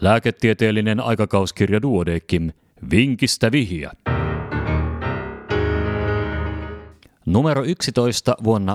Lääketieteellinen aikakauskirja Duodeckim, vinkistä vihja. Numero 11 vuonna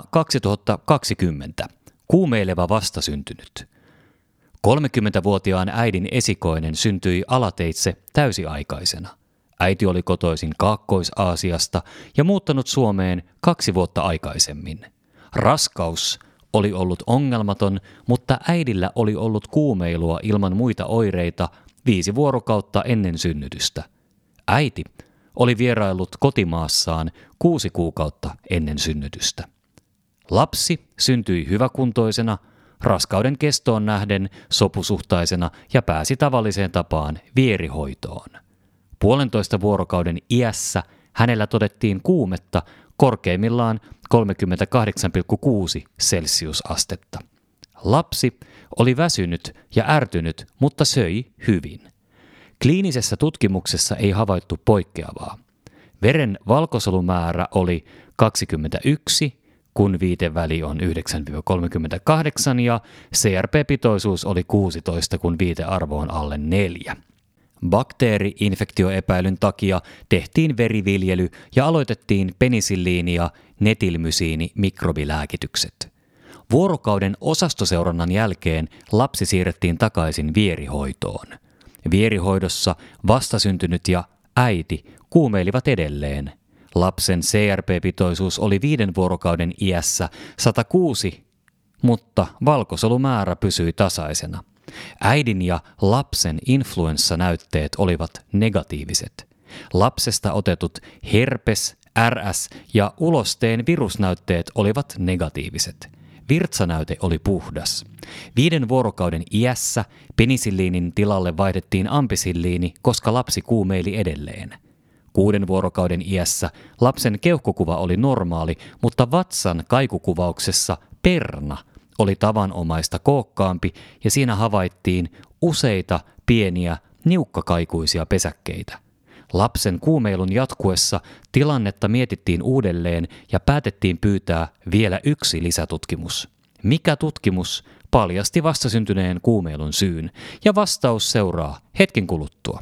2020. Kuumeileva vastasyntynyt. 30-vuotiaan äidin esikoinen syntyi alateitse täysiaikaisena. Äiti oli kotoisin Kaakkois-Aasiasta ja muuttanut Suomeen 2 vuotta aikaisemmin. Raskaus oli ollut ongelmaton, mutta äidillä oli ollut kuumeilua ilman muita oireita 5 vuorokautta ennen synnytystä. Äiti oli vieraillut kotimaassaan 6 kuukautta ennen synnytystä. Lapsi syntyi hyväkuntoisena, raskauden kestoon nähden sopusuhtaisena ja pääsi tavalliseen tapaan vierihoitoon. 1,5 vuorokauden iässä hänellä todettiin kuumetta korkeimmillaan 38,6 celsiusastetta. Lapsi oli väsynyt ja ärtynyt, mutta söi hyvin. Kliinisessä tutkimuksessa ei havaittu poikkeavaa. Veren valkosolumäärä oli 21, kun viiteväli on 9-38 ja CRP-pitoisuus oli 16, kun viitearvo on alle 4. Bakteeri-infektioepäilyn takia tehtiin veriviljely ja aloitettiin penisilliini- ja netilmysiini-mikrobilääkitykset. Vuorokauden osastoseurannan jälkeen lapsi siirrettiin takaisin vierihoitoon. Vierihoidossa vastasyntynyt ja äiti kuumeilivat edelleen. Lapsen CRP-pitoisuus oli 5 vuorokauden iässä 106, mutta valkosolumäärä pysyi tasaisena. Äidin ja lapsen influenssanäytteet olivat negatiiviset. Lapsesta otetut herpes, RS ja ulosteen virusnäytteet olivat negatiiviset. Virtsanäyte oli puhdas. 5 vuorokauden iässä penisilliinin tilalle vaihdettiin ampisilliini, koska lapsi kuumeili edelleen. 6 vuorokauden iässä lapsen keuhkokuva oli normaali, mutta vatsan kaikukuvauksessa perna oli tavanomaista kookkaampi ja siinä havaittiin useita pieniä niukkakaikuisia pesäkkeitä. Lapsen kuumeilun jatkuessa tilannetta mietittiin uudelleen ja päätettiin pyytää vielä 1 lisätutkimus. Mikä tutkimus paljasti vastasyntyneen kuumeilun syyn? Ja vastaus seuraa hetken kuluttua.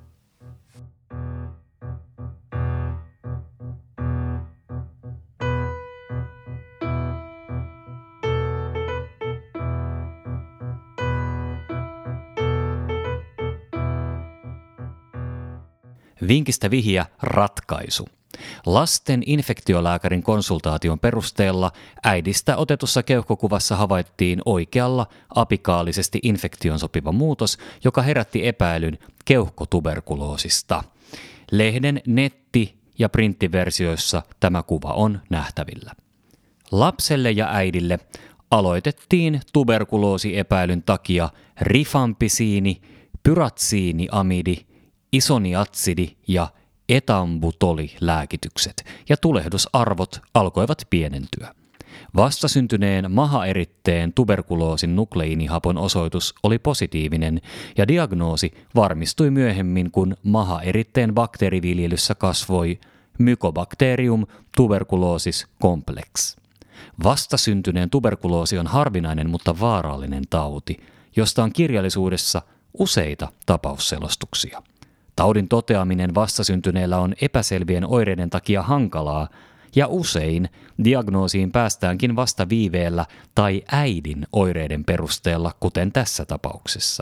Vinkistä vihja ratkaisu. Lasten infektiolääkärin konsultaation perusteella äidistä otetussa keuhkokuvassa havaittiin oikealla apikaalisesti infektioon sopiva muutos, joka herätti epäilyn keuhkotuberkuloosista. Lehden netti- ja printtiversioissa tämä kuva on nähtävillä. Lapselle ja äidille aloitettiin tuberkuloosiepäilyn takia rifampisiini, pyratsiiniamidi, isoniatsidi ja etambutoli-lääkitykset ja tulehdusarvot alkoivat pienentyä. Vastasyntyneen mahaeritteen tuberkuloosin nukleiinihapon osoitus oli positiivinen ja diagnoosi varmistui myöhemmin, kun mahaeritteen bakteeriviljelyssä kasvoi Mycobacterium tuberculosis complex. Vastasyntyneen tuberkuloosi on harvinainen, mutta vaarallinen tauti, josta on kirjallisuudessa useita tapausselostuksia. Taudin toteaminen vastasyntyneellä on epäselvien oireiden takia hankalaa ja usein diagnoosiin päästäänkin vasta viiveellä tai äidin oireiden perusteella, kuten tässä tapauksessa.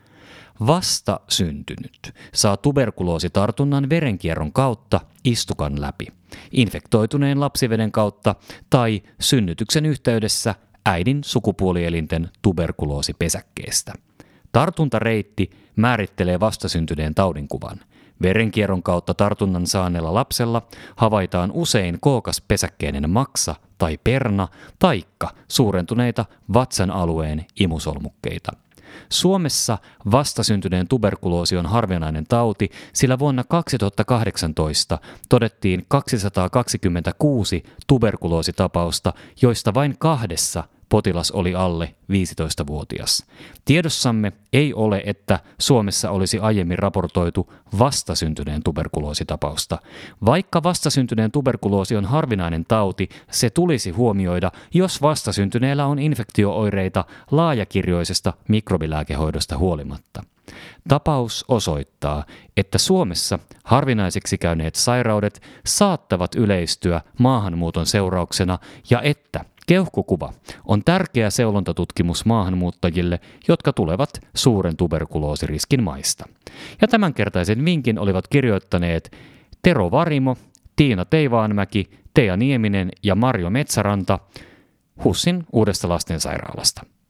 Vastasyntynyt saa tuberkuloositartunnan verenkierron kautta istukan läpi, infektoituneen lapsiveden kautta tai synnytyksen yhteydessä äidin sukupuolielinten tuberkuloosipesäkkeestä. Tartuntareitti määrittelee vastasyntyneen taudinkuvan. Verenkierron kautta tartunnan saaneella lapsella havaitaan usein kookaspesäkkeinen maksa tai perna taikka suurentuneita vatsan alueen imusolmukkeita. Suomessa vastasyntyneen tuberkuloosi on harvinainen tauti, sillä vuonna 2018 todettiin 226 tuberkuloositapausta, joista vain 2 potilas oli alle 15-vuotias. Tiedossamme ei ole, että Suomessa olisi aiemmin raportoitu vastasyntyneen tuberkuloositapausta. Vaikka vastasyntyneen tuberkuloosi on harvinainen tauti, se tulisi huomioida, jos vastasyntyneellä on infektiooireita laajakirjoisesta mikrobilääkehoidosta huolimatta. Tapaus osoittaa, että Suomessa harvinaiseksi käyneet sairaudet saattavat yleistyä maahanmuuton seurauksena ja että keuhkokuva on tärkeä seulontatutkimus maahanmuuttajille, jotka tulevat suuren tuberkuloosiriskin maista. Ja tämänkertaisen vinkin olivat kirjoittaneet Tero Varimo, Tiina Teivaanmäki, Tea Nieminen ja Marjo Metsäranta HUSin Uudesta lastensairaalasta.